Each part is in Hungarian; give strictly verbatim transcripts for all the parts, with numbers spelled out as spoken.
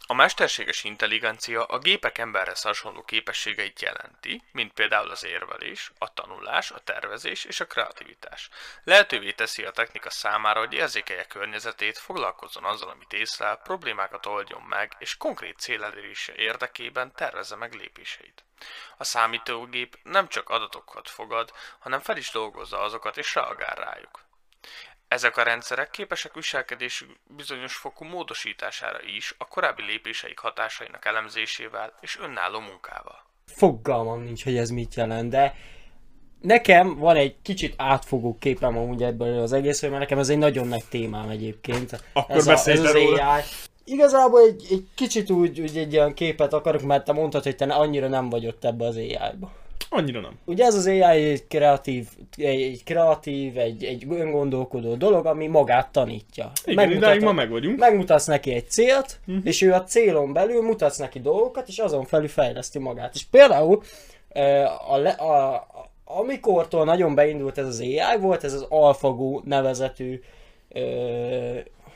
A mesterséges intelligencia a gépek emberhez hasonló képességeit jelenti, mint például az érvelés, a tanulás, a tervezés és a kreativitás. Lehetővé teszi a technika számára, hogy érzékelje környezetét, foglalkozzon azzal, amit észlel, problémákat oldjon meg, és konkrét cél elérése érdekében tervezze meg lépéseit. A számítógép nem csak adatokat fogad, hanem fel is dolgozza azokat és reagál rájuk. Ezek a rendszerek képesek viselkedésük bizonyos fokú módosítására is, a korábbi lépéseik hatásainak elemzésével és önálló munkával. Fogalmam nincs, hogy ez mit jelent, de nekem van egy kicsit átfogó képem amúgy ebből az egészről, mert nekem ez egy nagyon nagy témám egyébként. Akkor ez, a, ez az róla. á i. Igazából egy, egy kicsit úgy, úgy egy olyan képet akarok, mert te mondtad, hogy te annyira nem vagy ott ebbe az á i-ba. Annyira nem. Ugye ez az á i egy kreatív, egy, egy kreatív, egy, egy öngondolkodó dolog, ami magát tanítja. Igen, idáig ma meg vagyunk. Megmutatsz neki egy célt, uh-huh. és ő a célon belül mutatsz neki dolgokat, és azon felül fejleszti magát. És például a, a, a, a, amikortól nagyon beindult ez az á i, volt ez az AlphaGo nevezetű ö,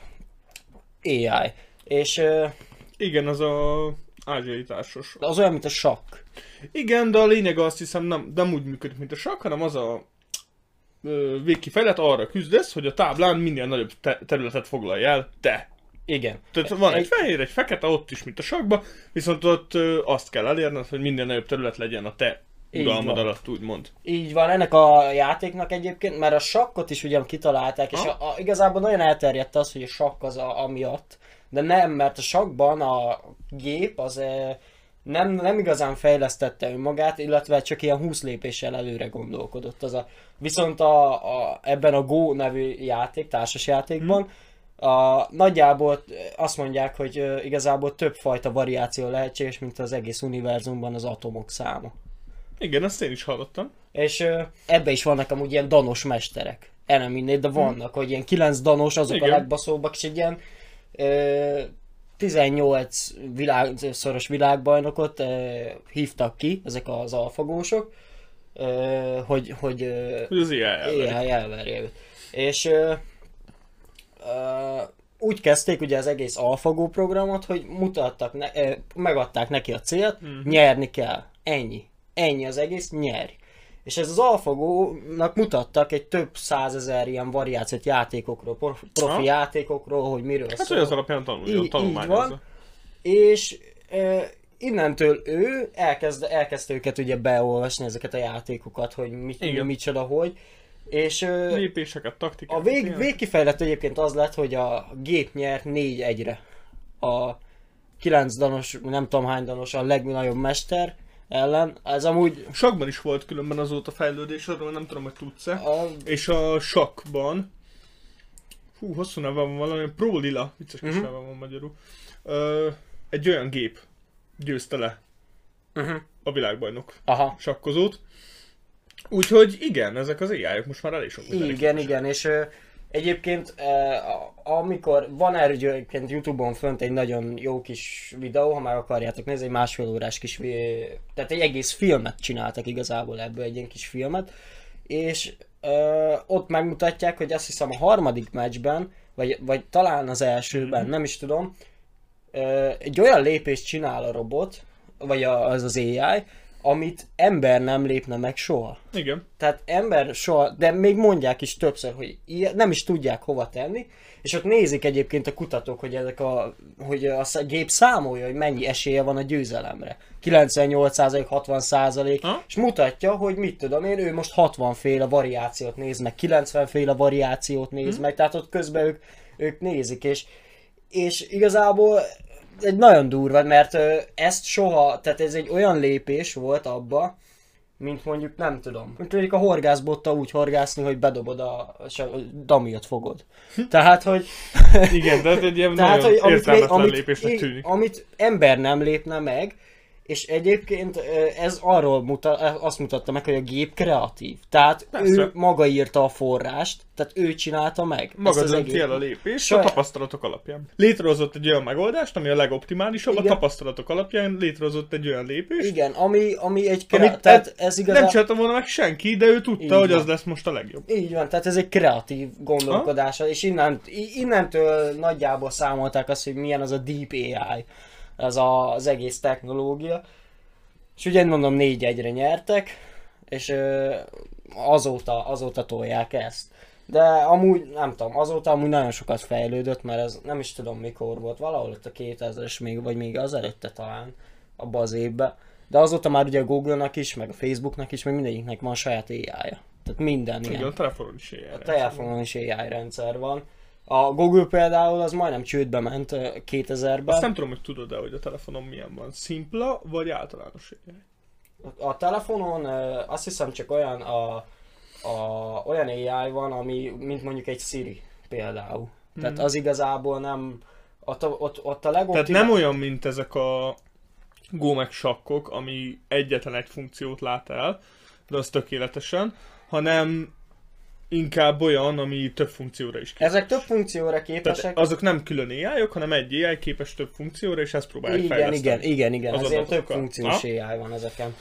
á i. És... Ö, igen, az a ázsiai társas. Az olyan, mint a sakk. Igen, de a lényeg azt hiszem nem, nem úgy működik, mint a sakk, hanem az a ö, végkifejlet arra küzdesz, hogy a táblán minél nagyobb te- területet foglalj el te. Igen. Tehát van egy, egy fehér, egy fekete, ott is, mint a sakkba, viszont ott ö, azt kell elérned, hogy minél nagyobb terület legyen a te uralmad alatt, úgymond. Így van, ennek a játéknak egyébként, mert a sakkot is ugyan kitalálták, és a, a, igazából nagyon elterjedt az, hogy a sakk az a, amiatt, de nem, mert a sakkban a gép az e, nem, nem igazán fejlesztette önmagát, illetve csak ilyen húsz lépéssel előre gondolkodott. Az a, viszont a, a, ebben a Go nevű játék, társas játékban, a, nagyjából azt mondják, hogy uh, igazából több fajta variáció lehetséges, mint az egész univerzumban az atomok száma. Igen, ezt én is hallottam. És uh, ebbe is vannak amúgy ilyen danos mesterek. El nem mindegy, de vannak, hogy ilyen kilenc danos, azok igen. A legbaszóbbak, és egy ilyen uh, tizennyolc világ, szoros világbajnokot uh, hívtak ki, ezek az alfagósok, uh, hogy, hogy, uh, hogy az á i elverje őt. És uh, uh, úgy kezdték ugye az egész AlphaGo programot, hogy mutattak, ne, uh, megadták neki a célt, uh-huh. nyerni kell. Ennyi. Ennyi az egész, nyerj. És ez az AlphaGo-nak mutattak egy több százezer ilyen variációt játékokról, profi ha? játékokról, hogy miről hát, szól. Hát, hogy az alapján tanulja, tanulmányozza. És e, innentől ő elkezd, elkezdte őket ugye beolvasni ezeket a játékokat, hogy mit, micsoda, hogy. És e, lépéseket, taktikát. A vég, végkifejlett egyébként az lett, hogy a gép nyert négy egyre. A kilenc danos, nem tudom hány danos, a legnagyobb mester ellen. Ez amúgy... Sakkban is volt különben azóta fejlődés, arról nem tudom, hogy tudsz-e. A... És a sakkban... Hú, hosszú neve van valami, Pro Lila, vicces kis uh-huh. neve van magyarul. Ö, egy olyan gép győzte le uh-huh. a világbajnok Aha. sakkozót. Úgyhogy igen, ezek az á i-ok most már elég sok mindenki. Igen, igen, és ö, egyébként ö, amikor van erről egyébként YouTube-on fönt egy nagyon jó kis videó, ha már akarjátok nézni, egy másfél órás kis, tehát egy egész filmet csináltak igazából ebből, egy ilyen kis filmet, és ö, ott megmutatják, hogy azt hiszem a harmadik meccsben, vagy, vagy talán az elsőben, mm-hmm. nem is tudom, ö, egy olyan lépést csinál a robot, vagy a, az az á i, amit ember nem lépne meg soha. Igen. Tehát ember soha, de még mondják is többször, hogy ilyen, nem is tudják hova tenni, és ott nézik egyébként a kutatók, hogy ezek a, hogy a gép számolja, hogy mennyi esélye van a győzelemre. kilencvennyolc százalék, hatvan százalék, ha? És mutatja, hogy mit tudom én, ő most hatvan féle variációt néz meg, kilencven féle variációt néz hmm. meg, tehát ott közben ők, ők nézik, és, és igazából egy nagyon durva, mert ezt soha, tehát ez egy olyan lépés volt abba, mint mondjuk nem tudom, mint mondjuk a horgászbotta úgy horgászni, hogy bedobod a, a damiot fogod. Tehát, hogy... Igen, de egy ilyen tehát, nagyon hogy értelmetlen amit, lépésnek tűnik. Amit ember nem lépne meg, és egyébként ez arról mutat, azt mutatta meg, hogy a gép kreatív. Tehát persze. Ő maga írta a forrást, tehát ő csinálta meg. Maga dönti el a lépést Saját... a tapasztalatok alapján. Létrehozott egy olyan megoldást, ami a legoptimálisabb, igen. A tapasztalatok alapján létrehozott egy olyan lépést. Igen, ami, ami egy kreatív... Tehát ez igazán... Nem csinálta volna meg senki, de ő tudta, így hogy van. Az lesz most a legjobb. Így van, tehát ez egy kreatív gondolkodása, és innen, innentől nagyjából számolták azt, hogy milyen az a Deep á i. ez a, az egész technológia. És ugye mondom, négy egyre nyertek, és ö, azóta, azóta tolják ezt. De amúgy, nem tudom, azóta amúgy nagyon sokat fejlődött, mert ez nem is tudom mikor volt, valahol ott a kétezres még, vagy még az előtte talán, abban az évben. De azóta már ugye a Google-nak is, meg a Facebooknak is, meg mindegyiknek van saját á i-ja. Tehát minden ilyen. Igen, a telefonon is á i A telefonon is á i rendszer van. A Google például az majdnem csődbe ment kétezerben. Azt nem tudom, hogy tudod-e, hogy a telefonon milyen van. Szimpla vagy általános á i? A telefonon azt hiszem csak olyan a, a, olyan á i van, ami mint mondjuk egy Siri például. Hmm. Tehát az igazából nem, ott, ott, ott a legoptimálisabb. Tehát nem olyan, mint ezek a Go meg sakkok, ami egyetlen egy funkciót lát el, de az tökéletesen, hanem inkább olyan, ami több funkcióra is képes. Ezek több funkcióra képesek. Tehát azok nem külön á i-ok, hanem egy á i képes több funkcióra, és ezt próbálják igen, fejleszteni. igen, igen, igen, az ezért több adatokkal. funkciós á i van ezeken.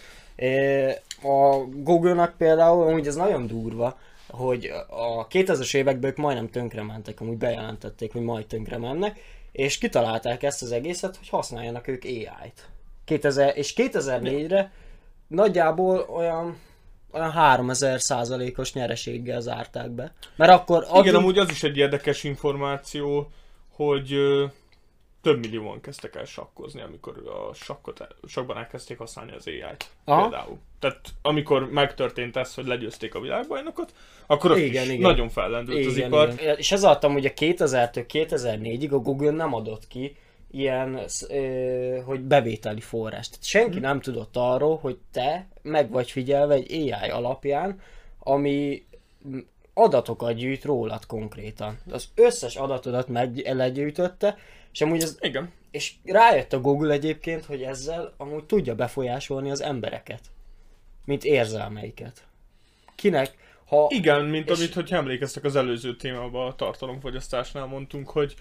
A Google-nak például, amúgy ez nagyon durva, hogy a kétezres években ők majdnem tönkre mentek, amúgy bejelentették, hogy majd tönkre mennek, és kitalálták ezt az egészet, hogy használjanak ők á i-t. kétezer, és kétezer-négyre nagyjából olyan, olyan háromezer százalékos nyereséggel zárták be. Mert akkor... Igen, addig... amúgy az is egy érdekes információ, hogy ö, több millióan kezdtek el sakkozni, amikor a sakkot, sakkban elkezdték használni az á i-t. Aha. Például. Tehát amikor megtörtént ez, hogy legyőzték a világbajnokot, akkor ott igen, is igen. nagyon fellendült igen, az ipar. Igen. És ez adtam, hogy a kétezertől kétezer-négyig a Google nem adott ki ilyen, ö, hogy bevételi forrást. Tehát senki hmm. nem tudott arról, hogy te meg vagy figyelve egy á i alapján, ami adatokat gyűjt rólad konkrétan. Az összes adatodat meg legyűjtötte, és amúgy ez, igen. És rájött a Google egyébként, hogy ezzel amúgy tudja befolyásolni az embereket, mint érzelmeiket. Kinek, ha... Igen, mint és... amit, hogyha emlékeztek az előző témában a tartalomfogyasztásnál mondtunk, hogy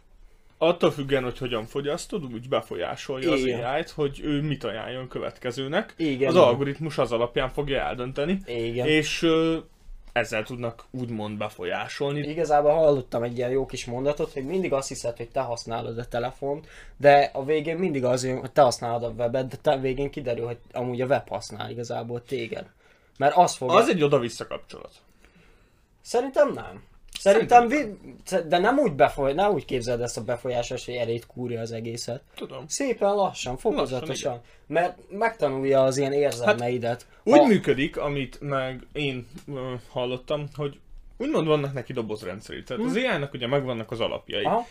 attól függően, hogy hogyan fogyasztod, úgy befolyásolja igen. az á i-t, hogy ő mit ajánljon következőnek. Igen, az igen. algoritmus az alapján fogja eldönteni, igen. és ö, ezzel tudnak úgymond befolyásolni. Igazából hallottam egy ilyen jó kis mondatot, hogy mindig azt hiszed, hogy te használod a telefont, de a végén mindig az jön, hogy te használod a webet, de te végén kiderül, hogy amúgy a web használ igazából téged. Mert az fog... Az egy oda-vissza kapcsolat. Szerintem nem. Szerintem, vi... de nem úgy, befoly... nem úgy képzeld ezt a befolyásos, hogy elét kúrja az egészet. Tudom. Szépen lassan, fokozatosan. Lassan, mert megtanulja az ilyen érzelmeidet. Hát, úgy ha... működik, amit meg én uh, hallottam, hogy úgymond vannak neki dobozrendszerű. Tehát hmm. az á i-nak ugye megvannak az alapjai. Uh,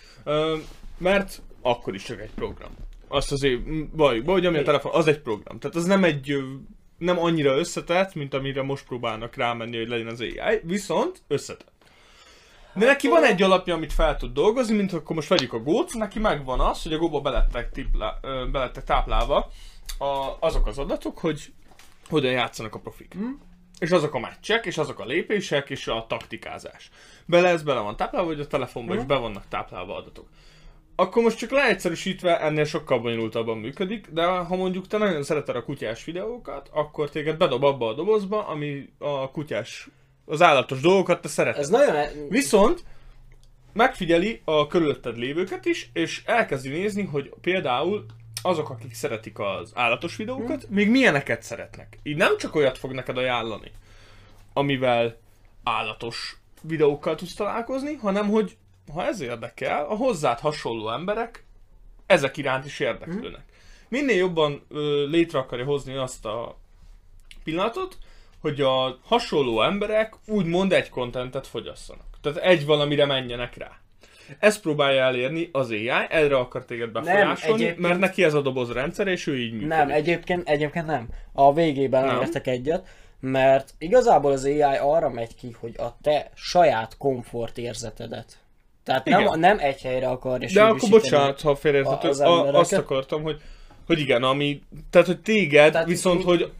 mert akkor is csak egy program. Azt azért valljuk be, hogy ami a telefon, az egy program. Tehát az nem egy... nem annyira összetett, mint amire most próbálnak rámenni, hogy legyen az á i, viszont összetett. De neki van egy alapja, amit fel tud dolgozni, mint akkor most vegyük a Go-t, neki megvan az, hogy a Go-ba belettek, tipla, belettek táplálva a, azok az adatok, hogy hogyan játszanak a profik. Mm. És azok a meccsek, és azok a lépések, és a taktikázás. Bele ez bele van táplálva, hogy a telefonban mm. is be vannak táplálva adatok. Akkor most csak leegyszerűsítve ennél sokkal bonyolultabban működik, de ha mondjuk te nagyon szereted a kutyás videókat, akkor téged bedob abba a dobozba, ami a kutyás, az állatos dolgokat te szereted. Ez nagyon... Viszont megfigyeli a körülötted lévőket is, és elkezdi nézni, hogy például azok, akik szeretik az állatos videókat, hmm. még milyeneket szeretnek. Így nem csak olyat fog neked ajánlani, amivel állatos videókkal tudsz találkozni, hanem hogy ha ez érdekel, a hozzád hasonló emberek ezek iránt is érdeklődnek. Mm. Minél jobban ö, létre akarja hozni azt a pillanatot, hogy a hasonló emberek úgymond egy kontentet fogyasszanak. Tehát egy valamire menjenek rá. Ezt próbálja elérni az á i, erre akar téged befolyásolni, nem, mert neki ez a doboz rendszer, és ő így működik. Nem, egyébként, egyébként nem. A végében nem értek egyet, mert igazából az á i arra megy ki, hogy a te saját komfortérzetedet. Tehát nem, nem egy helyre akarja de akkor bocsánat, ha félreérthető, az azt akartam, hogy, hogy igen, ami, tehát hogy téged, tehát viszont, hogy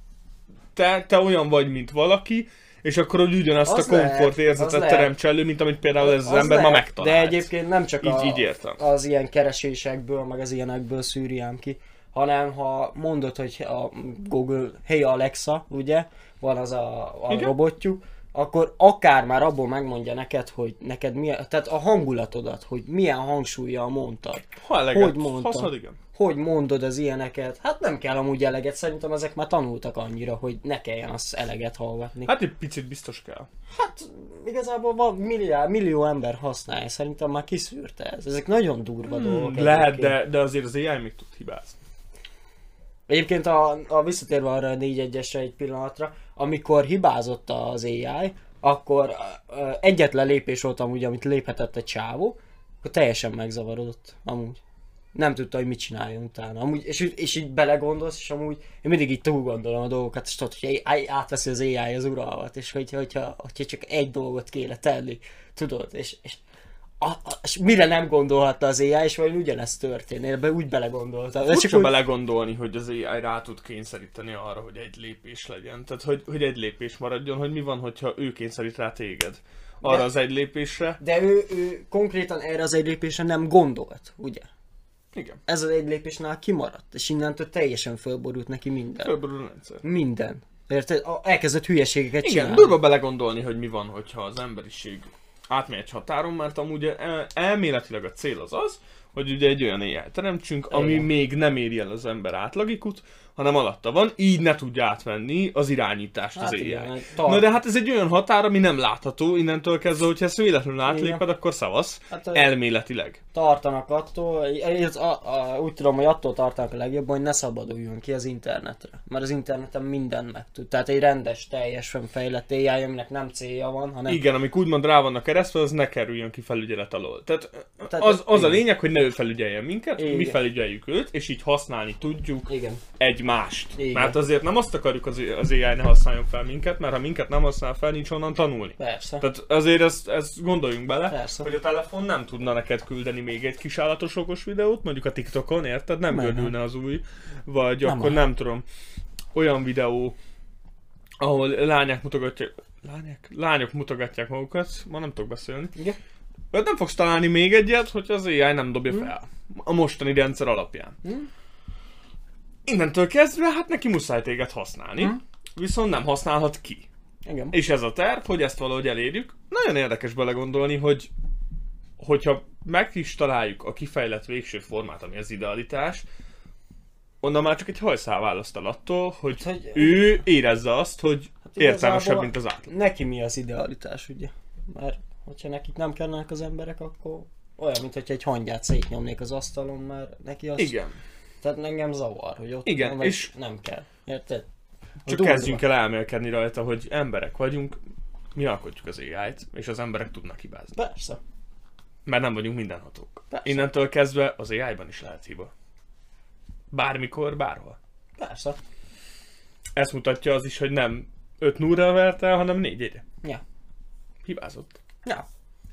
te, te olyan vagy, mint valaki, és akkor hogy ugyanazt a komfortérzetet teremts elő, mint amit például ez az, az ember lehet, ma megtalált. De egyébként nem csak így, a, így értem. az ilyen keresésekből, meg az ilyenekből szűrjám ki, hanem ha mondod, hogy a Google, hey Alexa, ugye, van az a, a robotjuk, akkor akár már abból megmondja neked, hogy neked milyen, tehát a hangulatodat, hogy milyen hangsúlyjal mondtad. Ha eleget Hogy mondtad? használod, igen. Hogy mondod az ilyeneket? Hát nem kell amúgy eleget, szerintem ezek már tanultak annyira, hogy ne kelljen az eleget hallgatni. Hát, Hát egy picit biztos kell. hát igazából van milliárd, millió ember használja, szerintem már kiszűrte ez. Ezek nagyon durva hmm, dolgok. Lehet, egyébként. de, de azért az á i még tud hibázni. Egyébként a, a visszatérve arra a négy egyesre egy pillanatra, amikor hibázott az á i, akkor uh, egyetlen lépés volt amúgy, amit léphetett egy csávó, akkor teljesen megzavarodott amúgy. Nem tudta, hogy mit csináljon utána. Amúgy, és, és így belegondolsz, és amúgy én mindig így túl gondolom a dolgokat, és tudod, hogy átveszi az á i az uralmat, és hogy, hogyha, hogyha csak egy dolgot kéne tenni, tudod, és, és, a, a, és mire nem gondolhatta az á i, és majd ugyanezt történt, én ebbe úgy belegondoltam. De Csak csak úgy... belegondolni, hogy az á i rá tud kényszeríteni arra, hogy egy lépés legyen. Tehát, hogy, hogy egy lépés maradjon, hogy mi van, hogyha ő kényszerít rá téged arra De- az egy lépésre. De ő, ő konkrétan erre az egy lépésre nem gondolt, ugye? Igen. Ez az egy lépésnál kimaradt, és innentől teljesen fölborult neki minden. Fölborul a rendszer. Minden. Érted? A- Elkezdett hülyeségeket Igen, csinálni. durva belegondolni, hogy mi van, hogyha az emberiség átmegy egy határon, mert amúgy el- elméletileg a cél az az, hogy ugye egy olyan á i teremtsünk, ami Igen. még nem éri el az ember átlagikut, hanem alatta van, így ne tudja átvenni az irányítást Hát az á i. igen, tart- Na de hát ez egy olyan határ, ami nem látható, innentől kezdve, hogyha ezt véletlenül átléped, akkor szavasz, Hát, ö, elméletileg. tartanak attól, ez a, a, úgy tudom, hogy attól tartanak a legjobban, hogy ne szabaduljon ki az internetre. Mert az interneten minden megtud. Tehát egy rendes, teljesen fejlett á i, aminek nem célja van, hanem... Igen, amik úgymond rá vannak keresztve, az ne kerüljön ki felügyelet alól. Tehát, Tehát az, az a igen. lényeg, hogy ne ő felügyeljen minket, Igen. mi felügyeljük őt, és így használni tudjuk Igen. egymást. Igen. Mert azért nem azt akarjuk, az, az á i ne használjon fel minket, mert ha minket nem használ fel, nincs honnan tanulni. Persze. Tehát azért ezt, ezt gondoljunk bele, Persze. hogy a telefon nem tudna neked küldeni még egy kis állatos okos videót, mondjuk a TikTokon, érted? Nem Nem, gördülne az új, vagy Nem akkor áll. nem tudom, olyan videó, ahol lányák mutogatják, lányák, lányok mutogatják magukat, ma nem tudok beszélni. Igen. Mert nem fogsz találni még egyet, hogy az á i nem dobja fel. A mostani rendszer alapján. Hmm. Innentől kezdve, hát neki muszáj téged használni, Hmm. viszont nem használhat ki. Igen. És ez a terv, hogy ezt valahogy elérjük. Nagyon érdekes belegondolni, hogy hogyha meg is találjuk a kifejlett végső formát, ami az idealitás, onnan már csak egy hajszál választ el attól, hogy, Hát, hogy- ő érezze azt, hogy Hát értelmesebb, igazából mint az átlag. Neki mi az idealitás, ugye? Mert hogyha nekik nem kellene az emberek, akkor olyan, mint hogyha egy hangyát szétnyomnék az asztalon, mert neki az... Igen. Tehát engem zavar, hogy ott Igen, van, vagy és- nem kell. Érted? Csak Durva. kezdjünk el elmélkedni rajta, hogy emberek vagyunk, mi alkotjuk az á i-t, és az emberek tudnak hibázni. Persze. Mert nem vagyunk mindenhatók. Persze. Innentől kezdve az á i-ban is lehet hiba. Bármikor, bárhol. Persze. Ezt mutatja az is, hogy nem öt nulla vert el, hanem négy egyre. Ja. Hibázott. Ja.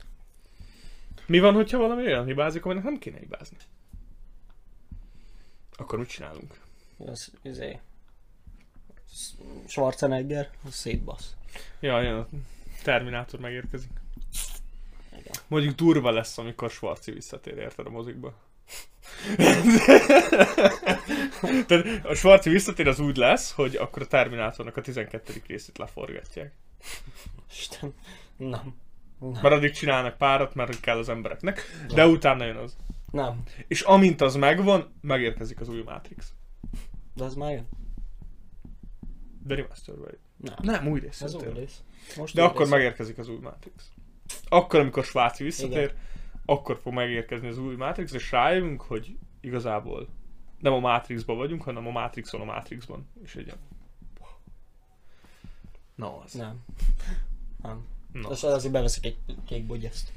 Mi van, hogyha valami olyan hibázik, aminek nem kéne hibázni? Akkor mit csinálunk? Az, izé... Schwarzenegger, az szétbasz. Ja, jön a Terminátor megérkezik. Igen. Mondjuk durva lesz, amikor Schwarzi visszatér, érted, a mozikba. Tehát a Schwarzi visszatér az úgy lesz, hogy akkor a Terminátornak a tizenkettedik részét leforgatják. Isten. Nem. Nem. Mert addig csinálnak párat, mert kell az embereknek, de utána jön az. Nem. És amint az megvan, megérkezik az új Matrix. De az már jön? De remasterbe. Nem. Nem, új rész. Ez új tényleg. rész. Most De új akkor rész. megérkezik az új Matrix. Akkor, amikor Schwarzi visszatér, Igen. akkor fog megérkezni az új Matrix, és rájövünk, hogy igazából nem a Matrixban vagyunk, hanem a Matrixon a Matrixban. És egy ilyen... Na az. Nem. Nem. Na. Most azért beveszek egy kék bogyaszt.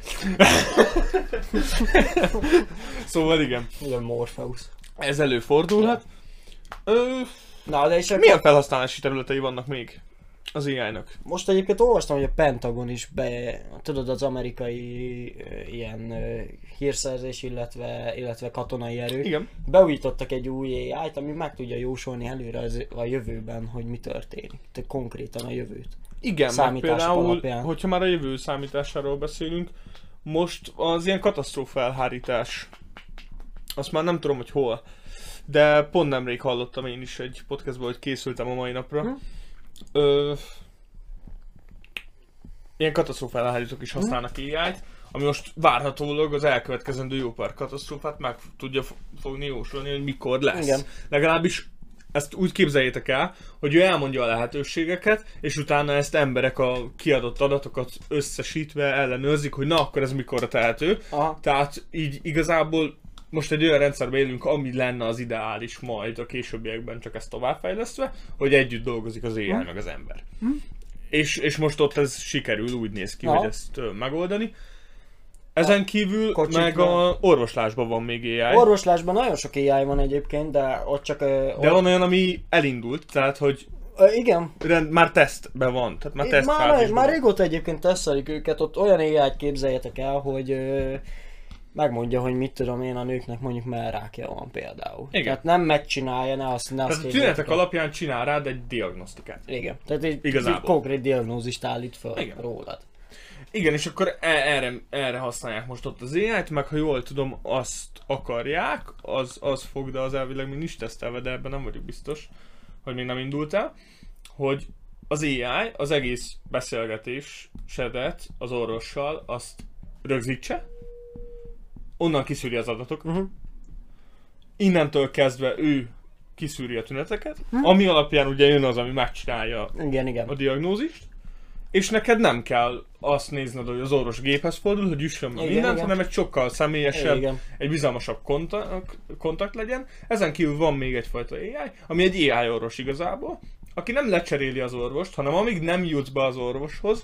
Szóval igen, Ilyen Morpheus. ez előfordulhat. Ö, Na, de és akkor... milyen felhasználási területei vannak még az á i-nak? Most egyébként olvastam, hogy a Pentagon is be, tudod, az amerikai ö, ilyen ö, hírszerzés, illetve, illetve katonai erők Igen. beújítottak egy új á i-t, ami meg tudja jósolni előre az, a jövőben, hogy mi történik. Tehát konkrétan a jövőt. Igen, meg Számítások például, alapján. hogyha már a jövő számításáról beszélünk, most az ilyen katasztrófa elhárítás, azt már nem tudom, hogy hol, de pont nemrég hallottam én is egy podcastból, hogy készültem a mai napra. Hm. Ö, ilyen katasztrófa elhárítók is használnak á í-t, ami most várhatólag az elkövetkezendő jó pár katasztrófát meg tudja fogni jósolni, hogy mikor lesz. Igen. Legalábbis ezt úgy képzeljétek el, hogy ő elmondja a lehetőségeket, és utána ezt emberek a kiadott adatokat összesítve ellenőrzik, hogy na akkor ez mikorra tehető. Aha. Tehát így igazából most egy olyan rendszerben élünk, ami lenne az ideális majd a későbbiekben, csak ezt továbbfejlesztve, hogy együtt dolgozik az á i hmm. meg az ember. Hmm. És, és most ott ez sikerül, úgy néz ki, Aha. hogy ezt ö, megoldani. Ezen kívül Kocsik meg van. A orvoslásban van még á i. Orvoslásban nagyon sok á i van egyébként, de ott csak... De ott... van olyan, ami elindult, tehát hogy... Ö, igen. Rend, már tesztben van, tehát már teszt Már, már régóta egyébként tesztelik őket, ott olyan á i-t képzeljetek el, hogy... Ö, megmondja, hogy mit tudom én, a nőknek mondjuk mellrákja van például. Igen. Tehát nem megcsinálja, ne azt, ne azt Tehát a tünetek alapján csinál rád egy diagnosztikát. Igen. Tehát egy, egy konkrét diagnózist állít fel Igen. rólad. Igen, és akkor erre, erre használják most ott az á i-t, meg ha jól tudom, azt akarják, az, az fog, de az elvileg még nincs tesztelve, de ebben nem vagyok biztos, hogy még nem indult el, hogy az á i az egész beszélgetésedet az orvossal azt rögzítse, onnan kiszűri az adatok, uh-huh. innentől kezdve ő kiszűri a tüneteket, uh-huh. ami alapján ugye jön az, ami megcsinálja igen, igen. a diagnózist, és neked nem kell azt nézned, hogy az orvos géphez fordul, hogy üssön meg mindent, igen. hanem egy sokkal személyesebb, igen. egy bizalmasabb kontakt, kontakt legyen. Ezen kívül van még egyfajta á i, ami egy á i orvos igazából, aki nem lecseréli az orvost, hanem amíg nem jutsz be az orvoshoz,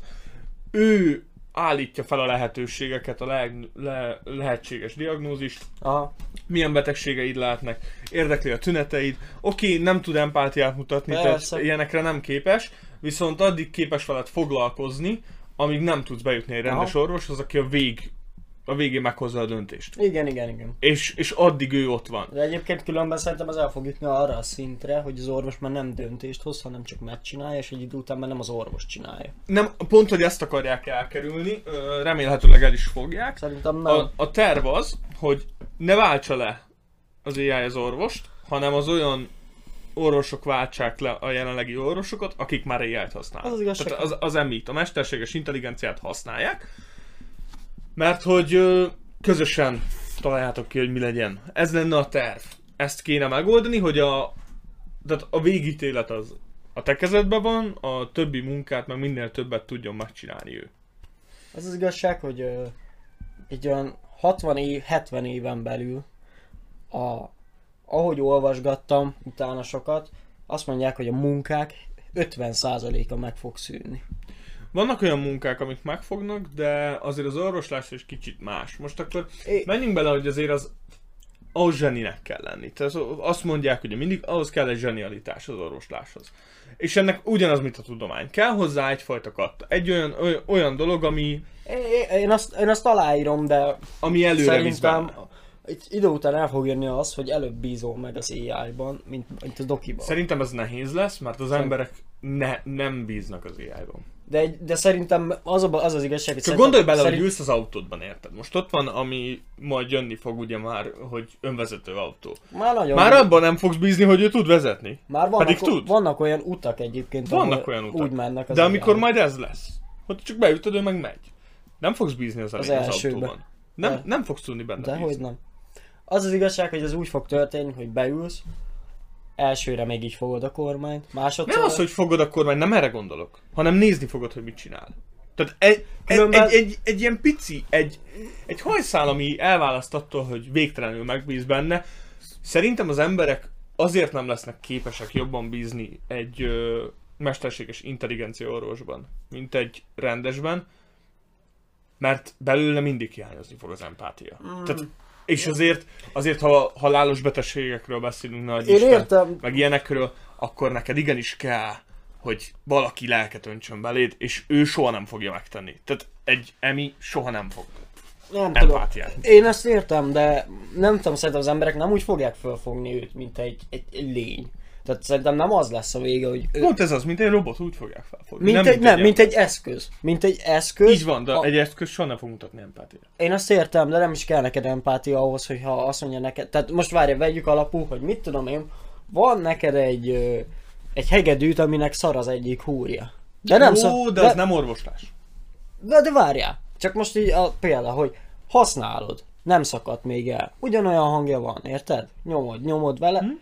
ő állítja fel a lehetőségeket, a le, le, lehetséges diagnózist, Aha. milyen betegségeid lehetnek, érdekli a tüneteid, oké, nem tud empátiát mutatni, Persze. tehát ilyenekre nem képes, viszont addig képes veled foglalkozni, amíg nem tudsz bejutni egy rendes Aha. orvoshoz, aki a vég, a végén meghozza a döntést. Igen, igen, igen. És, és addig ő ott van. De egyébként különben szerintem az el fog jutni arra a szintre, hogy az orvos már nem döntést hoz, hanem csak megcsinálja, és egy idő után már nem az orvos csinálja. Nem, pont, hogy ezt akarják elkerülni, remélhetőleg el is fogják. Szerintem nem. A, a terv az, hogy ne váltsa le az á i az orvost, hanem az olyan orvosok váltsák le a jelenlegi orvosokat, akik már á i-t használnak. Az, az Tehát az, az em i-t, a mesterséges intelligenciát használják, mert hogy ö, közösen találjátok ki, hogy mi legyen. Ez lenne a terv. Ezt kéne megoldani, hogy a, tehát a végítélet az a te kezedben van, a többi munkát meg minél többet tudjon megcsinálni ő. Az az igazság, hogy ö, egy olyan hatvan év, hetven éven belül, a, ahogy olvasgattam utána sokat, azt mondják, hogy a munkák ötven százaléka meg fog szűnni. Vannak olyan munkák, amik megfognak, de azért az orvoslás is kicsit más. Most akkor é... menjünk bele, hogy azért az ahhoz zseninek kell lenni. Tehát azt mondják, hogy mindig ahhoz kell egy zsenialitás az orvosláshoz. És ennek ugyanaz, mint a tudomány. Kell hozzá egyfajta katta. Egy olyan, olyan, olyan dolog, ami... É, én, azt, én azt aláírom, de... Ami előre visz benne. Egy idő után el fog jönni az, hogy előbb bízol meg az á i-ban, mint, mint a dokiban. Szerintem ez nehéz lesz, mert az Szerint... emberek ne, nem bíznak az á i-ban. De, de szerintem az, a, az az igazság, hogy... Csak gondolj bele, szerint... hogy ülsz az autódban, érted? Most ott van, ami majd jönni fog ugye már, hogy önvezető autó. Már nagyon... Már abban nem fogsz bízni, hogy ő tud vezetni. Már vannak, Pedig tud. Vannak olyan utak egyébként, vannak olyan utak. Úgy mennek az De amikor á i-ban. Majd ez lesz, hogy csak beütöd, ő meg megy. Nem fogsz bízni az, az, az autóban. Nem, de... nem fogsz tudni benne De bízni. hogy nem. Az az igazság, hogy ez úgy fog történni, hogy beülsz, elsőre még így fogod a kormányt, másodszor... Nem az, hogy fogod a kormányt, nem erre gondolok, hanem nézni fogod, hogy mit csinál. Tehát egy, Különben... egy, egy, egy, egy ilyen pici, egy, egy hajszál, ami elválaszt attól, hogy végtelenül megbíz benne, szerintem az emberek azért nem lesznek képesek jobban bízni egy ö, mesterséges intelligencia orvosban, mint egy rendesben, mert belőle mindig hiányozni fog az empátia. Mm. Tehát, és azért, azért ha halálos betegségekről beszélünk, nagy Én Isten, értem. meg ilyenekről, akkor neked igenis kell, hogy valaki lelket öntsön beléd, és ő soha nem fogja megtenni. Tehát egy emi soha nem fog nem empátiát. Tudom. Én ezt értem, de nem tudom, szerintem az emberek nem úgy fogják felfogni őt, mint egy, egy, egy lény. Tehát szerintem nem az lesz a vége, hogy... Ő... Pont ez az, mint egy robot, úgy fogják felfogni. Mint nem, egy, mint, nem, egy mint egy eszköz. Mint egy eszköz. Így van, de a... egy eszköz soha nem fog mutatni empátiát. Én azt értem, de nem is kell neked empátia ahhoz, hogyha azt mondja neked... Tehát most várj, vegyük alapul, hogy mit tudom én, van neked egy, egy hegedűt, aminek szar az egyik húrja. De nem Ó, szar... de, de az nem orvoslás. De, de várjál, csak most így a példa, hogy használod, nem szakadt még el, ugyanolyan hangja van, érted? Nyomod, nyomod vele, hm?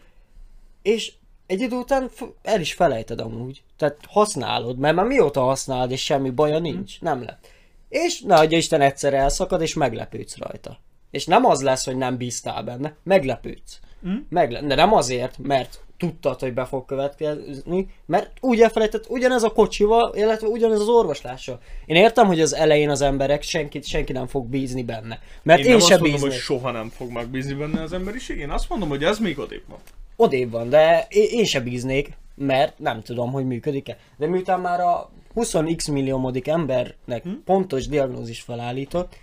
és egy idő után el is felejted amúgy. Tehát használod, mert már mióta használod, és semmi baja nincs, hm? nem lett. És ne adja Isten, egyszer elszakad, és meglepődsz rajta. És nem az lesz, hogy nem bíztál benne, meglepődsz. Hm? Megle- de nem azért, mert tudtad, hogy be fog következni, mert úgy elfelejtett, ugyanez a kocsival, illetve ugyanez az orvoslással. Én értem, hogy az elején az emberek, senki, senki nem fog bízni benne. Mert én, én én nem sem azt mondom, bíznék. hogy soha nem fog megbízni benne az emberiség, én azt mondom, hogy ez még odébb van. Odébb van, de én, én sem bíznék, mert nem tudom, hogy működik-e. De miután már a húsz x milliómodik embernek hm? pontos diagnózis felállított,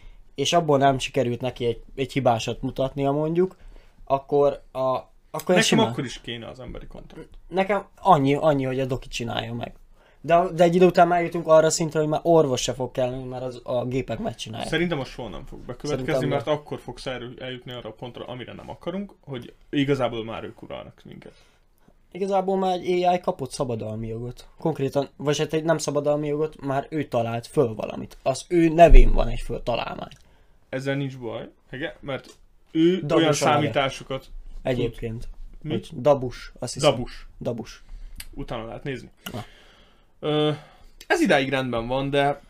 és abból nem sikerült neki egy, egy hibásat mutatnia mondjuk, akkor a Akkor Nekem simán. akkor is kéne az emberi kontakt. Nekem annyi, annyi, hogy a doki csinálja meg. De, de egy idő után már jutunk arra szintre, hogy már orvos se fog kelleni, mert az, a gépek megcsinálják. Szerintem az soha nem fog bekövetkezni, Szerintem mert akkor fogsz eljutni arra a pontra, amire nem akarunk, hogy igazából már ők uralnak minket. Igazából már egy á i kapott szabadalmi jogot. Konkrétan, vagy hát egy nem szabadalmi jogot, már ő talált föl valamit. Az ő nevén van egy föl találmány. Ezzel nincs baj, hege? Mert ő Dabus olyan André. számításokat Egyébként. Mi? Hogy Dabus, azt hiszem. Dabus. Dabus. Utána lehet nézni. Ah. Ö, ez idáig rendben van, de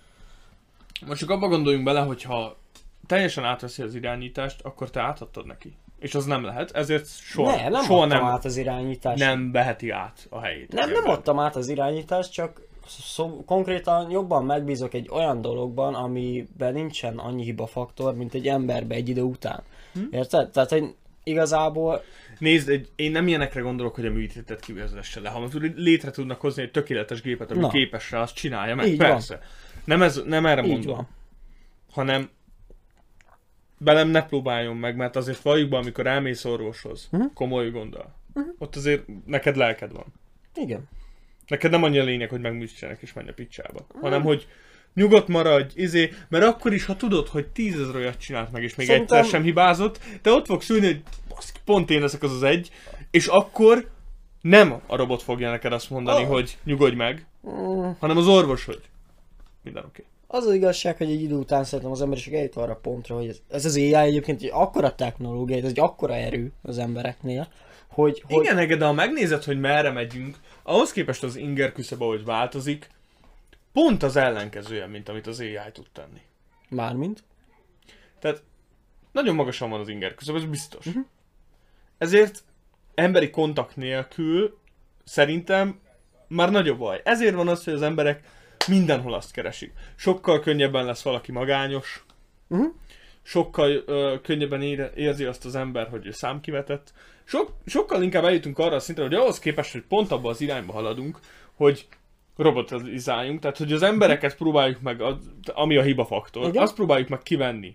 most csak abba gondoljunk bele, hogyha teljesen átveszi az irányítást, akkor te átadtad neki. És az nem lehet, ezért soha, ne, nem soha adtam nem, át az irányítást. nem veheti át a helyét. Nem, nem adtam át az irányítást, csak szó, konkrétan jobban megbízok egy olyan dologban, amiben nincsen annyi hibafaktor, mint egy emberbe egy idő után. Hm? Érted? Tehát, hogy igazából... Nézd, egy, én nem ilyenekre gondolok, hogy a műtétet kivezesse le. Ha létre tudnak hozni egy tökéletes gépet, ami Na. képes rá, azt csinálja meg. Így Persze. Van. Nem, ez, nem erre Így mondom. Van. Hanem belem ne próbáljon meg, mert azért valljuk be, amikor elmész orvoshoz, uh-huh. komoly gondol. Uh-huh. Ott azért neked lelked van. Igen. Neked nem annyi a lényeg, hogy megműtsenek és menj a picsába. Uh-huh. Hanem, hogy nyugodt maradj, izé, mert akkor is, ha tudod, hogy tízezer olyat csinált meg, és még Szerintem... egyszer sem hibázott, te ott fogsz ülni, hogy baszki, pont én leszek az az egy, és akkor nem a robot fogja neked azt mondani, oh. hogy nyugodj meg, uh. hanem az orvos, hogy minden oké. Okay. Az az igazság, hogy egy idő után szerintem az emberiség eljut arra pontra, hogy ez, ez az á i egyébként egy akkora technológia, ez egy akkora erő az embereknél, hogy... hogy... Igen, de ha megnézed, hogy merre megyünk, ahhoz képest az inger küszöb, ahogy változik, pont az ellenkezője, mint amit az á i tud tenni. Mármint? Tehát nagyon magasan van az inger küszöb, ez biztos. Uh-huh. Ezért emberi kontakt nélkül szerintem már nagyobb baj. Ezért van az, hogy az emberek mindenhol azt keresik. Sokkal könnyebben lesz valaki magányos, uh-huh. sokkal ö, könnyebben ére, érzi azt az ember, hogy ő számkivetett. Sok, sokkal inkább eljutunk arra a szintre, hogy ahhoz képest, hogy pont abba az irányba haladunk, hogy robotizáljunk, tehát hogy az embereket próbáljuk meg, az, ami a hibafaktor, Igen. azt próbáljuk meg kivenni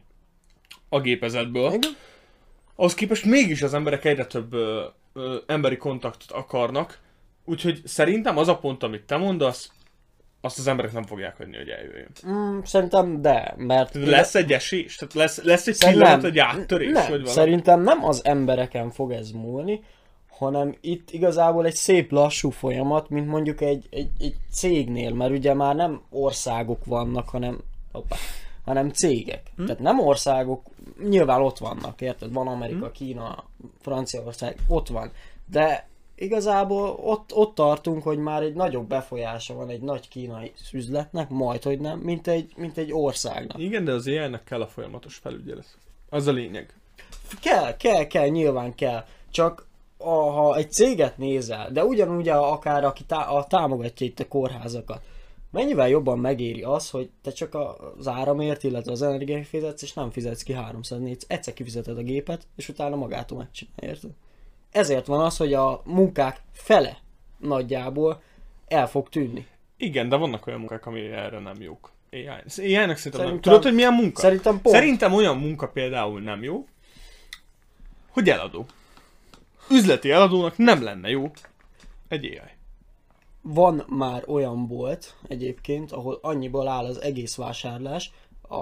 a gépezetből. Igen. Ahhoz képest mégis az emberek egyre több ö, ö, emberi kontaktot akarnak, úgyhogy szerintem az a pont, amit te mondasz, azt az emberek nem fogják hagyni, hogy eljöjjön. Mm, szerintem de, mert... Lesz egy esés? Tehát lesz, lesz egy pillanat, egy áttörés? Nem, vagy szerintem nem az embereken fog ez múlni, hanem itt igazából egy szép lassú folyamat, mint mondjuk egy, egy, egy cégnél, mert ugye már nem országok vannak, hanem, opa, hanem cégek. Hm? Tehát nem országok, nyilván ott vannak, érted? Van Amerika, hm? Kína, Franciaország, ott van. De igazából ott, ott tartunk, hogy már egy nagyobb befolyása van egy nagy kínai üzletnek, majd hogy nem, mint egy, mint egy országnak. Igen, de az á i-nek kell a folyamatos felügyelet. Az a lényeg. Kell, kell, kell, nyilván kell. Csak a, ha egy céget nézel, de ugyanúgy akár aki tá- a támogatja itt a kórházakat, mennyivel jobban megéri az, hogy te csak az áramért, illetve az energiát fizetsz, és nem fizetsz ki háromszáz négyszáz, egyszer kifizeted a gépet, és utána magától megcsinálja, érted? Ezért van az, hogy a munkák fele nagyjából el fog tűnni. Igen, de vannak olyan munkák, ami erre nem jók. á i. Az á i-nek szerintem nem. Szerintem, Tudod, hogy milyen munka? Szerintem pont. Szerintem olyan munka például nem jó, hogy eladó. Üzleti eladónak nem lenne jó egy á i. Van már olyan bolt egyébként, ahol annyiból áll az egész vásárlás, a,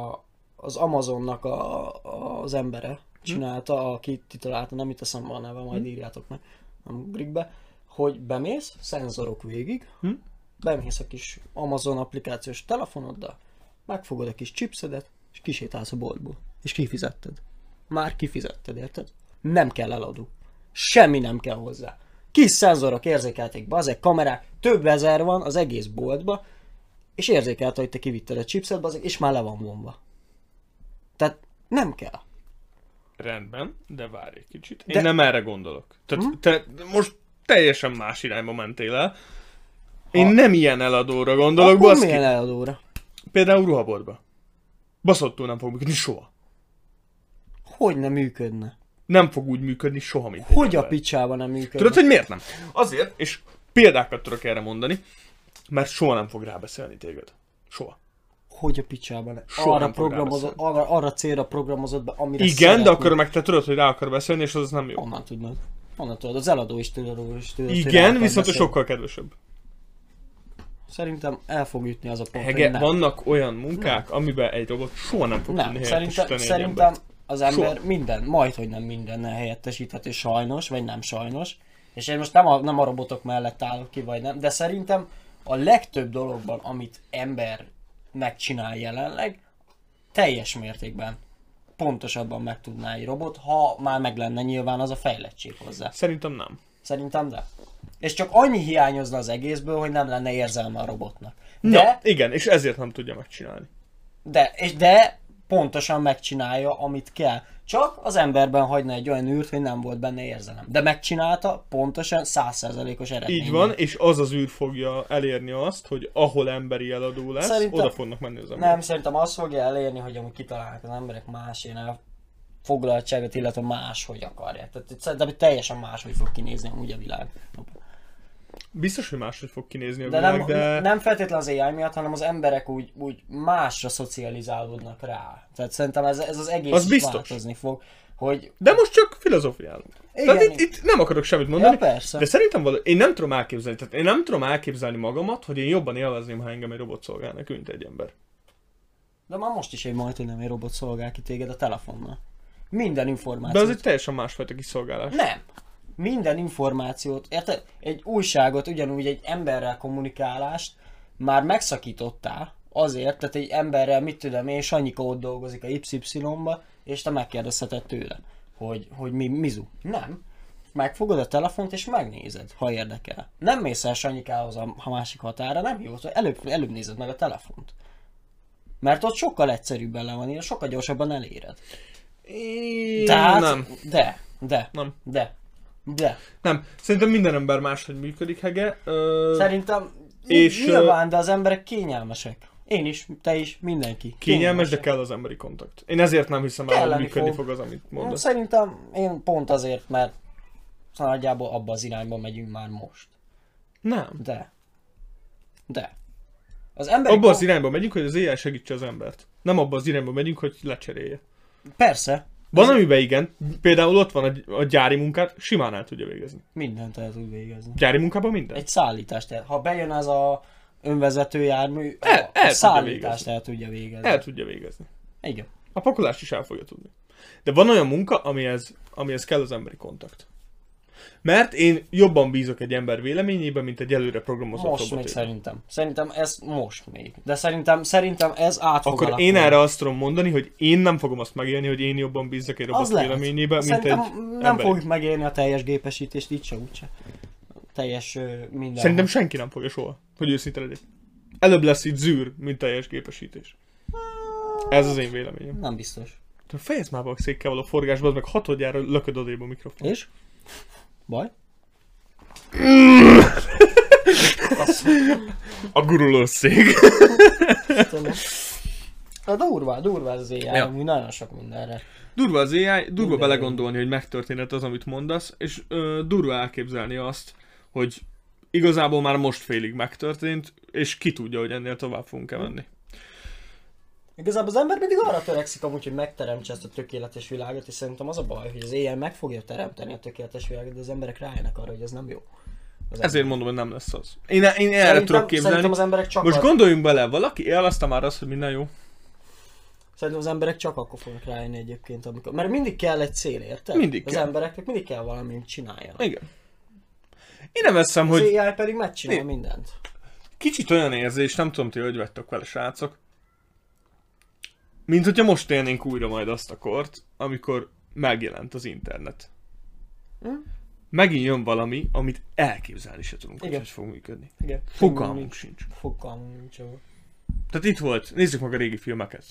az Amazonnak a, a, az embere csinálta, aki titulálta, nem itt eszembe a neve, majd írjátok meg, nem ugrik be, hogy bemész, szenzorok végig, hm? bemész a kis Amazon applikációs telefonoddal, megfogod a kis chipsedet, és kisétálsz a boltból. És kifizetted. Már kifizetted, érted? Nem kell eladó. Semmi nem kell hozzá. Kis szenzorok érzékelték be, azek kamerák, több ezer van az egész boltba, és érzékelte, hogy te kivitted a chipset, bazeg, és már le van vonva. Tehát nem kell. Rendben, de várj egy kicsit. Én De- nem erre gondolok. Tehát Hm? te most teljesen más irányba mentél el. Én Ha- nem ilyen eladóra gondolok, Akkor baszki. milyen eladóra? Például ruhaboltba. Baszottul nem fog működni soha. Hogy nem működne? Nem fog úgy működni soha, mint egy Hogy a ember. picsába nem működne? Tudod, hogy miért nem? Azért, és példákat tudok erre mondani, mert soha nem fog rábeszélni téged. Soha. Hogy a picsában ne? Soha Arra nem fog programozott, arra, arra célra programozott be, amire Igen, szeretnél. de akkor meg te tudod, hogy rá akar beszélni, és az nem jó. Honnan tudod? Honnan tudod? Az eladó is tudod, róla is tudod. hogy rá Igen, akar viszont ő beszélni. sokkal kedvesebb. Szerintem el fog jutni az a pont, Hege, hogy nem. vannak olyan munkák, amiben egy robot soha nem fog tudni Nem, szerintem, helyettesíteni egy szerintem embert. az ember Soha. minden, majd hogy nem mindennel helyettesíthető sajnos, vagy nem sajnos. És én most nem a, nem a robotok mellett állok ki, vagy nem, de szerintem a legtöbb dologban, amit ember megcsinál jelenleg, teljes mértékben pontosabban meg tudná egy robot, ha már meg lenne nyilván az a fejlettség hozzá. Szerintem nem. Szerintem de. És csak annyi hiányozna az egészből, hogy nem lenne érzelme a robotnak. De... De, Na, igen, és ezért nem tudja megcsinálni. de, és de pontosan megcsinálja, amit kell. Csak az emberben hagyna egy olyan űrt, hogy nem volt benne érzelem. De megcsinálta pontosan száz százalékos eredmény. Így van, és az az űr fogja elérni azt, hogy ahol emberi eladó lesz, Szerintem- oda fognak menni az emberek. Nem, szerintem azt fogja elérni, hogy amúgy kitalálnak az emberek más ilyen foglaltságot, illetve máshogy akarják. Tehát itt szerintem teljesen máshogy fog kinézni amúgy a világ. Biztos, hogy máshogy fog kinézni a De világ, nem, de... nem feltétlenül az á i miatt, hanem az emberek úgy, úgy másra szocializálódnak rá. Tehát szerintem ez, ez az egész Az is biztos. változni fog, hogy... De most csak filozófiálunk. Igen. Tehát itt, itt nem akarok semmit mondani, Ja, persze. de szerintem való, én nem tudom elképzelni, tehát én nem tudom elképzelni magamat, hogy én jobban élvezném, ha engem egy robot szolgál neki, mint egy ember. De már most is egy majdnem egy robot szolgál ki téged a telefonnal. Minden De információt. az egy teljesen másfajta kiszolgálás. Nem. Minden információt, érted? Egy újságot, ugyanúgy egy emberrel kommunikálást már megszakítottál azért, tehát egy emberrel, mit tudom én, Sanyika ott dolgozik a iksz ipszilonba, és te megkérdezheted tőle, hogy, hogy mi, mizu. Nem. Megfogod a telefont és megnézed, ha érdekel. Nem mész el Sanyikához a, a másik határa, nem jó, előbb, előbb nézed meg a telefont. Mert ott sokkal egyszerűbben le van írva, sokkal gyorsabban eléred. Én Tehát, nem. de, de, Nem. de, de. Nem. Szerintem minden ember máshogy működik, Hege. Ö... Szerintem és, és, nyilván, de az emberek kényelmesek. Én is, te is, mindenki. Kényelmes, de kell az emberi kontakt. Én ezért nem hiszem el, hogy Kelleni működni fog. fog az, amit mondasz. Szerintem én pont azért, mert nagyjából abba az irányba megyünk már most. Nem. De. De. Az emberi Abba az kom- irányba megyünk, hogy az á i segítse az embert. Nem abba az irányba megyünk, hogy lecserélje. Persze. Van, amiben igen. Például ott van a, a gyári munkát, simán el tudja végezni. Mindent el tud végezni. Gyári munkában minden? Egy szállítást el. Ha bejön az a önvezető jármű, El- el a, tudja a szállítást végezni. el tudja végezni. El tudja végezni. Igen. A pakolást is el fogja tudni. De van olyan munka, amihez, amihez kell az emberi kontakt. Mert én jobban bízok egy ember véleményében, mint egy előre programozott Most még robotében. szerintem. Szerintem ez most még. De szerintem, szerintem ez át fog Akkor alakulni. én erre azt tudom mondani, hogy én nem fogom azt megélni, hogy én jobban bízzak egy robot Az lehet. véleményében, mint Szerintem egy nem emberi. fogjuk megérni a teljes gépesítést, így se úgyse. Teljes ö, minden. Szerintem senki nem fogja soha, hogy őszinte legyek. Előbb lesz itt zűr, mint teljes gépesítés. Ez az én véleményem. Nem biztos. Te fejezd már be a székkel való forgásba, az meg hatodjára lököd odébb a mikrofon. És? Baj? A guruló szék. Tudom. A durva, durva az éjjel, Ja. ja. Amúgy nagyon sok mindenre. Durva az á i, durva Minden belegondolni, hogy megtörténhet az, amit mondasz, és ö, durva elképzelni azt, hogy igazából már most félig megtörtént, és ki tudja, hogy ennél tovább fogunk-e menni. Igazából az ember mindig arra törekszik amúgy, hogy megteremtse ezt a tökéletes világot, és szerintem az a baj, hogy az éjjel meg fogja teremteni a tökéletes világot, de az emberek rájönnek arra, hogy ez nem jó. Az Ezért ember. mondom, hogy nem lesz az. Én, én erre Szerintem- tudok képzelni. Szerintem az emberek csak Most a... gondoljunk bele, valaki élvezte már azt, hogy minden jó? Szerintem az emberek csak akkor fognak rájönni egyébként, amikor... Mert mindig kell egy cél, érted? Mindig Az kell. embereknek mindig kell valamit csináljanak. Igen. Én nem veszem, Az hogy á i pedig megcsinál Mi? mindent. kicsit olyan érzés, nem tudom, ti hogy vagytok vele, srácok, mint hogyha most élnénk újra majd azt a kort, amikor megjelent az internet. Hm? Megint jön valami, amit elképzelni se tudunk, hogy Igen. hogy fog működni. Igen. Fogalmunk sincs. Fogalmunk nincs. Tehát itt volt, nézzük meg a régi filmeket.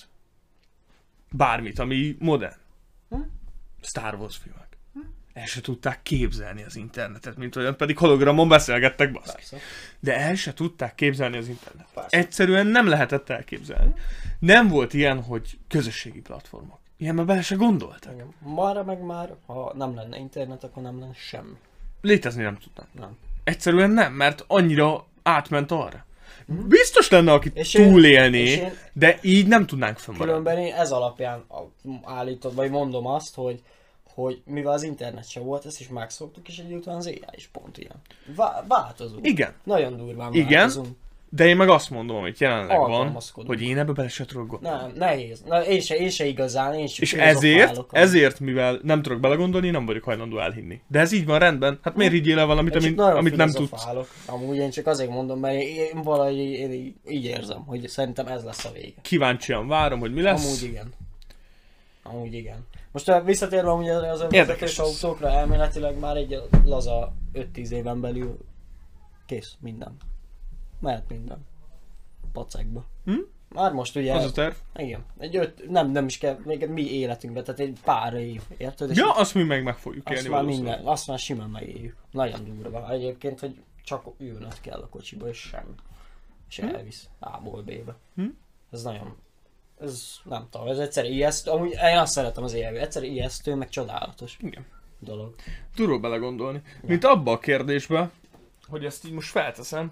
Bármit, ami modern. Hm? Star Wars filmek. Hm? El se tudták képzelni az internetet, mint olyan, pedig hologramon beszélgettek, baszki. Persze. De el se tudták képzelni az internetet. Persze. Egyszerűen nem lehetett elképzelni. Nem volt ilyen, hogy közösségi platformok. Ilyenben bele se gondoltak. Igen. Mára meg már, ha nem lenne internet, akkor nem lenne semmi. Létezni nem tudnak. Nem. Egyszerűen nem, mert annyira átment arra. Biztos lenne, aki És én- túlélné, és én- de így nem tudnánk fönnmaradni. Különben én ez alapján a- állítod, vagy mondom azt, hogy, hogy mivel az internet sem volt, ezt is megszoktuk, és egy után az á i is pont ilyen. Vá- változunk. Igen, Nagyon durván Igen. változunk. de én meg azt mondom, amit jelenleg van, Alkalmazkodunk. hogy én ebbe bele se tudok gondolni. Nem, nehéz. Na, én se, én se igazán, én csak És ezért, filozofálok. ezért, mivel nem tudok belegondolni, nem vagyok hajlandó elhinni. De ez így van, rendben. Hát miért higgyél el valamit, Én csak amit, nagyon amit nem tudsz? filozofálok. Amúgy én csak azért mondom, mert én, én valahogy én így, így érzem, hogy szerintem ez lesz a vége. Kíváncsian várom, hogy mi lesz. Amúgy igen. Amúgy igen. Most uh, visszatérve amúgy az Érdekes önvezetős ez. autókra, elméletileg már egy laza öt-tíz éven belül kész minden. Mehet minden. Pacekba. Hm? Már most ugye... Az a terv. Igen. Egy öt, nem, nem is kell, még mi életünkben, tehát egy pár év, érted? És Ja, azt mi meg meg fogjuk azt élni már valószínűleg. minden, azt már simán megéljük. Nagyon durva. Egyébként, hogy csak ülnöd kell a kocsiba, és semmi. És elvisz A-ból B-be. Hm? Ez nagyon... Ez nem tudom, ez egyszer ijesztő. Amúgy én azt szeretem az élő. Egyszer ijesztő, meg csodálatos Igen. dolog. Durva belegondolni. Mint abba a kérdésbe, hogy ezt így most felteszem.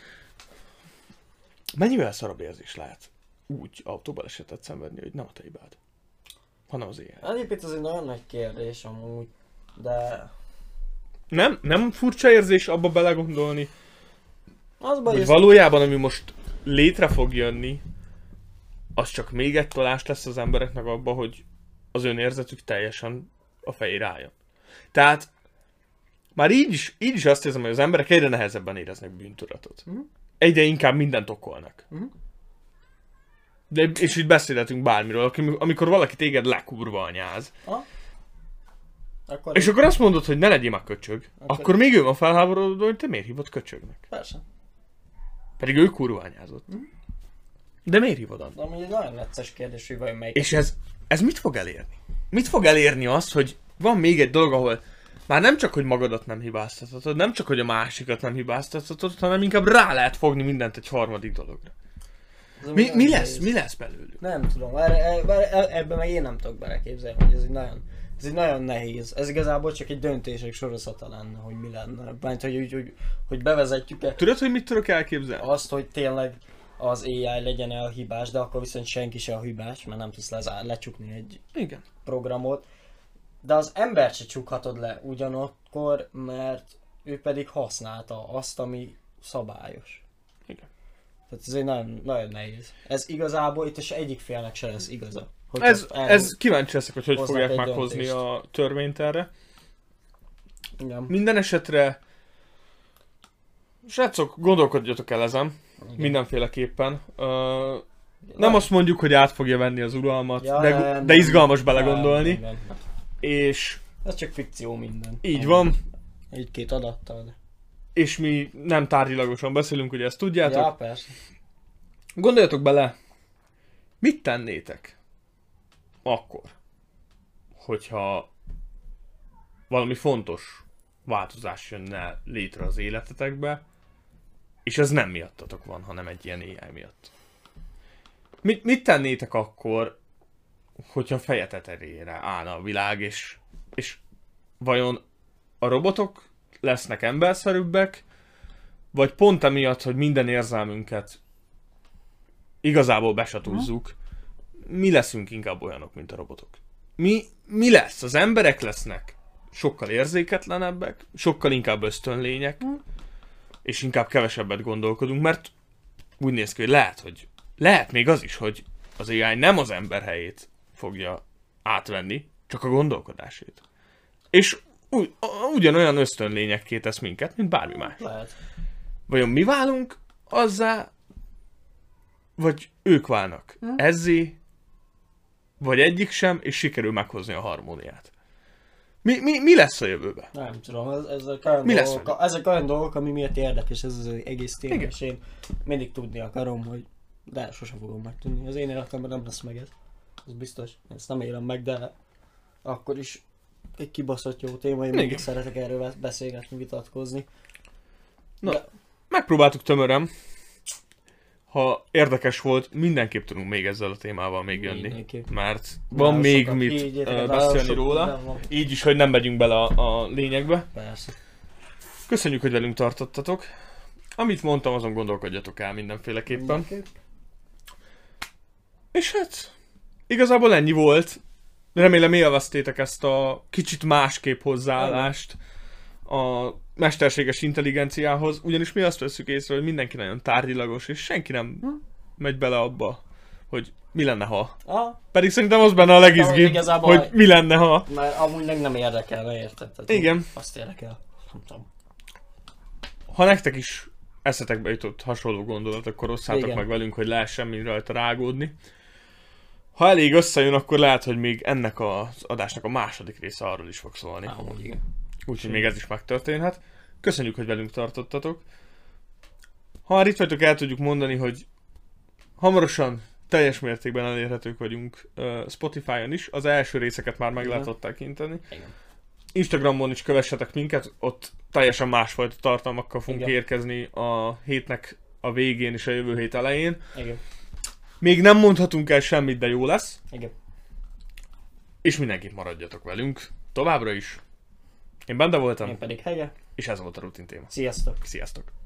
Mennyivel szarabb érzés lehet úgy autóbalesetet szenvedni, hogy nem a te hibád, hanem az éjjel? Egyébként ez egy nagyon nagy kérdés amúgy, de... Nem, nem furcsa érzés abba belegondolni, Az baj, hogy ez... valójában ami most létre fog jönni, az csak még egy tolás lesz az embereknek abba, hogy az önérzetük teljesen a fejére álljon. Tehát már így is, így is azt érzem, hogy az emberek egyre nehezebben éreznek bűntudatot. Mhm. Egyre inkább mindent okolnak. Mhm. De, és itt beszélhetünk bármiről, amikor valaki téged lekurva anyáz. Ha? Akkor... És akkor azt mondod, hogy ne legyél már köcsög. Akkor- Akkor még ő van felháborodó, hogy te miért hívod köcsögnek. Persze. Pedig ő kurva anyázott. De miért hívod annak? De amúgy egy nagyon necces kérdés, hogy vajon melyik... És ez, ez mit fog elérni? Mit fog elérni az, hogy van még egy dolog, ahol már nem csak, hogy magadat nem hibáztathatod, nem csak, hogy a másikat nem hibáztathatod, hanem inkább rá lehet fogni mindent egy harmadik dologra. Ez Mi, olyan mi nehéz. lesz? Mi lesz belőlük? Nem tudom, erre, erre, ebben meg én nem tudok beleképzelni, hogy ez egy nagyon, ez egy nagyon nehéz. Ez igazából csak egy döntések sorozata lenne, hogy mi lenne. Mert hogy, hogy, hogy, hogy bevezetjük-e Tudod, hogy mit tudok elképzelni? azt, hogy tényleg az á i legyen el hibás, de akkor viszont senki se a hibás, mert nem tudsz lezár, lecsukni egy Igen. programot. De az embert se csukhatod le ugyanakkor, mert ő pedig használta azt, ami szabályos. Igen. Tehát ez egy nagyon, nagyon nehéz. Ez igazából itt is egyik félnek se lesz igaza. Hogy Ez, el- ez kíváncsi leszek, hogy hogy hoznak fogják egy meghozni döntést. a törvényt erre. Igen. Minden esetre, srácok, gondolkodjatok el ezen, Igen. mindenféleképpen. Uh, nem azt mondjuk, hogy át fogja venni az uralmat, Ja, de, nem, de nem. izgalmas belegondolni, Nem, nem, nem. és Ez csak fikció minden. így van, Egy-két adattal. De... és mi nem tárgyilagosan beszélünk, hogy ezt tudjátok. Ja, persze. Gondoljatok bele, mit tennétek akkor, hogyha valami fontos változás jönne létre az életetekbe, és ez nem miattatok van, hanem egy ilyen á i miatt. Mit, mit tennétek akkor, hogyha feje tetejére állna a világ, és, és vajon a robotok lesznek emberszerűbbek, vagy pont emiatt, hogy minden érzelmünket igazából besatúzzuk, mi leszünk inkább olyanok, mint a robotok. Mi, mi lesz? Az emberek lesznek sokkal érzéketlenebbek, sokkal inkább ösztönlények, és inkább kevesebbet gondolkodunk, mert úgy néz ki, hogy lehet, hogy lehet még az is, hogy az á i nem az ember helyét fogja átvenni, csak a gondolkodásét. És ugy, ugyanolyan ösztönlényekké tesz minket, mint bármi más. Lehet. Vajon mi válunk azzá, vagy ők válnak Hm? ezzé, vagy egyik sem, és sikerül meghozni a harmóniát. Mi, mi, mi lesz a jövőben? Nem tudom, ez, ezek, olyan Mi lesz dolgok, ezek olyan dolgok, ami miatt érdekes ez az egész téma, Igen. és én mindig tudni akarom, hogy de sosem fogom megtudni. Az én életemben nem lesz meg ez. Ez biztos. Ezt nem élem meg, de akkor is egy kibaszott jó téma, én mindig Igen. szeretek erről beszélgetni, vitatkozni. Na, De- megpróbáltuk tömören. Ha érdekes volt, mindenképp tudunk még ezzel a témával még jönni. Mindenképp. Mert van Nagyon még sokat mit higgyétek, ö, nagyon beszélni sok róla. minden van. Így is, hogy nem megyünk bele a, a lényegbe. Persze. Köszönjük, hogy velünk tartottatok. Amit mondtam, azon gondolkodjatok el mindenféleképpen. Mindenképp. És hát, igazából ennyi volt. Remélem élveztétek ezt a kicsit másképp hozzáállást a mesterséges intelligenciához, ugyanis mi azt veszük észre, hogy mindenki nagyon tárgyilagos, és senki nem Hm? megy bele abba, hogy mi lenne ha. Ah, Pedig szerintem az benne a legizgibb, igazából- hogy mi lenne ha. mert amúgy meg nem érdekelne, érted? Tehát Igen. Azt érdekel. Nem tudom. Ha nektek is eszetekbe jutott hasonló gondolat, akkor osszátok Igen. meg velünk, hogy lehessen mind rajta rágódni. Ha elég összejön, akkor lehet, hogy még ennek az adásnak a második része arról is fog szólni. Amúgy igen. Úgyhogy még ez is megtörténhet. Köszönjük, hogy velünk tartottatok. Ha már itt vagytok, el tudjuk mondani, hogy hamarosan teljes mértékben elérhetők vagyunk uh, Spotify-on is. Az első részeket már meg Igen. lehet ott tekinteni. Igen. Instagramon is kövessetek minket, ott teljesen másfajta tartalmakkal fogunk Igen. érkezni a hétnek a végén és a jövő hét elején. Igen. Még nem mondhatunk el semmit, de jó lesz. Igen. És mindenképp maradjatok velünk továbbra is. Én benne voltam, Én pedig helye. és ez volt a rutin téma. Sziasztok! Sziasztok!